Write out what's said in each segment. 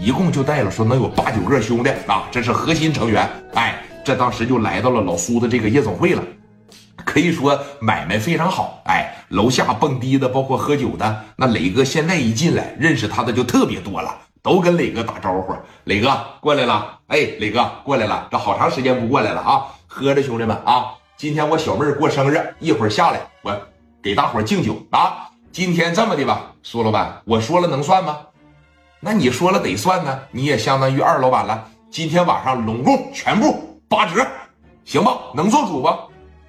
一共就带了说能有8、9个兄弟啊，这是核心成员。哎，这当时就来到了老苏的这个夜总会了。可以说买卖非常好，哎，楼下蹦迪的，包括喝酒的，那磊哥现在一进来，认识他的就特别多了，都跟磊哥打招呼。磊哥过来了，哎，磊哥过来了，这好长时间不过来了啊！喝着兄弟们啊，今天我小妹儿过生日，一会儿下来我给大伙敬酒啊。今天这么的吧，苏老板，我说了能算吗？那你说了得算呢，你也相当于二老板了。今天晚上拢共全部8折，行吧？能做主不？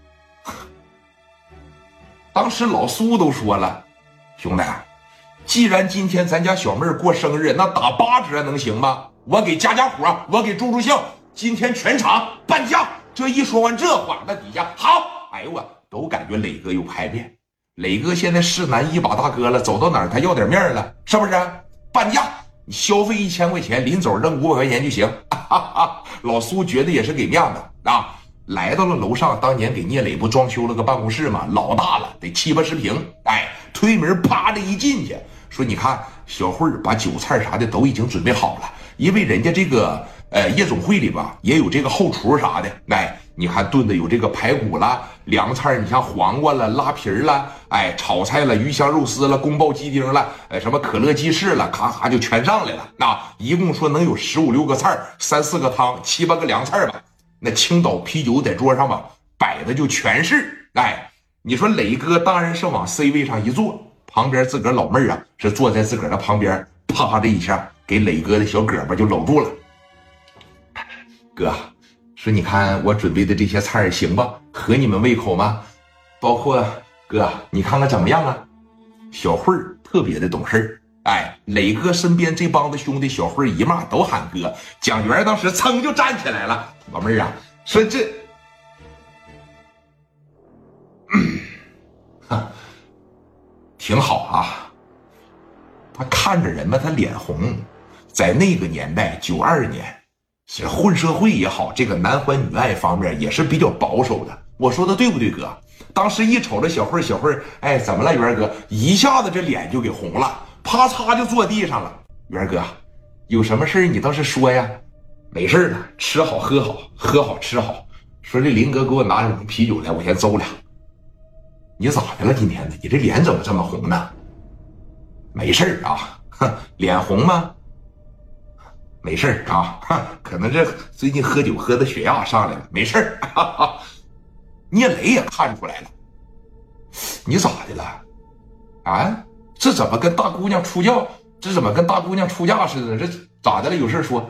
当时老苏都说了，兄弟，既然今天咱家小妹儿过生日，那打8折能行吗？我给家伙，我给助兴，今天全场半价。这一说完这话，那底下好，哎呦我都感觉磊哥有排面。磊哥现在是男一把大哥了，走到哪儿他要点面了，是不是？半价，你消费1000块钱，临走扔500块钱就行。老苏觉得也是给面子啊。来到了楼上，当年给聂磊不装修了个办公室嘛，老大了，得7、80平。哎，推门啪的一进去，说你看小慧把酒菜啥的都已经准备好了，因为人家这个夜总会里吧也有这个后厨啥的。哎，你看炖的有这个排骨啦，凉菜你像黄瓜了、拉皮了，哎，炒菜了、鱼香肉丝了、宫爆鸡丁了，什么可乐鸡翅了，咔咔就全上来了。那一共说能有15、16个菜，3、4个汤，7、8个凉菜吧。那青岛啤酒在桌上吧摆的就全是。哎，你说磊哥当然是往 C 位上一坐，旁边自个儿老妹儿啊是坐在自个儿的旁边，啪的一下给磊哥的小胳膊就搂住了。哥说你看我准备的这些菜行吧，合你们胃口吗？包括哥你看看怎么样啊？小慧儿特别的懂事，哎，磊哥身边这帮子兄弟小慧一骂都喊哥。蒋元当时噌就站起来了，老妹儿啊，说这挺好啊。他看着人吧，他脸红。在那个年代92年是混社会也好，这个男欢女爱方面也是比较保守的。我说的对不对哥？当时一瞅着小慧，哎，怎么了元哥？一下子这脸就给红了，啪嚓就坐地上了。元哥有什么事你倒是说呀。没事了，吃好喝好，喝好吃好。说这林哥给我拿2瓶啤酒来，我先邹俩。你咋的了今天呢？你这脸怎么这么红呢？没事啊，脸红吗？没事啊，可能这最近喝酒喝的血压上来了，没事。聂磊也看出来了，你咋的了？啊，这怎么跟大姑娘出轿？这怎么跟大姑娘出嫁似的？这咋的了？有事说。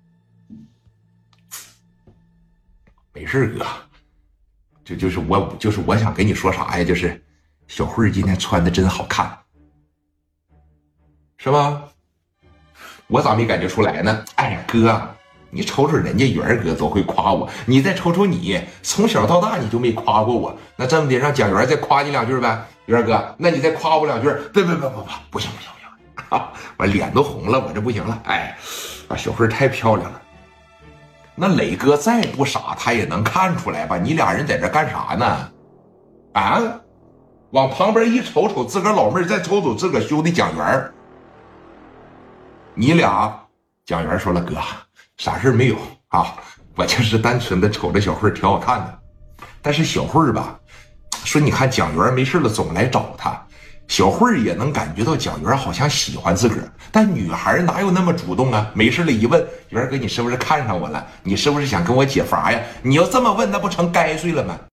没事哥，就是我想跟你说啥呀？就是小慧今天穿的真好看，是吧？我咋没感觉出来呢？哎哥，你瞅瞅人家元哥都会夸我，你再瞅瞅你，从小到大你就没夸过我。那这么的，让蒋元再夸你2句呗，元哥，那你再夸我2句。不行，我脸都红了，我这不行了。哎，小慧太漂亮了。那磊哥再不傻，他也能看出来吧？你俩人在这干啥呢？啊，往旁边一瞅瞅自个儿老妹儿，再瞅瞅自个儿兄弟蒋元。你俩，蒋元说了，哥，啥事没有啊，我就是单纯的瞅着小慧挺好看的。但是小慧吧，说你看蒋元没事了总来找他，小慧也能感觉到蒋元好像喜欢自个儿，但女孩哪有那么主动啊？没事了一问，元哥你是不是看上我了？你是不是想跟我解乏呀？你要这么问，那不成该睡了吗？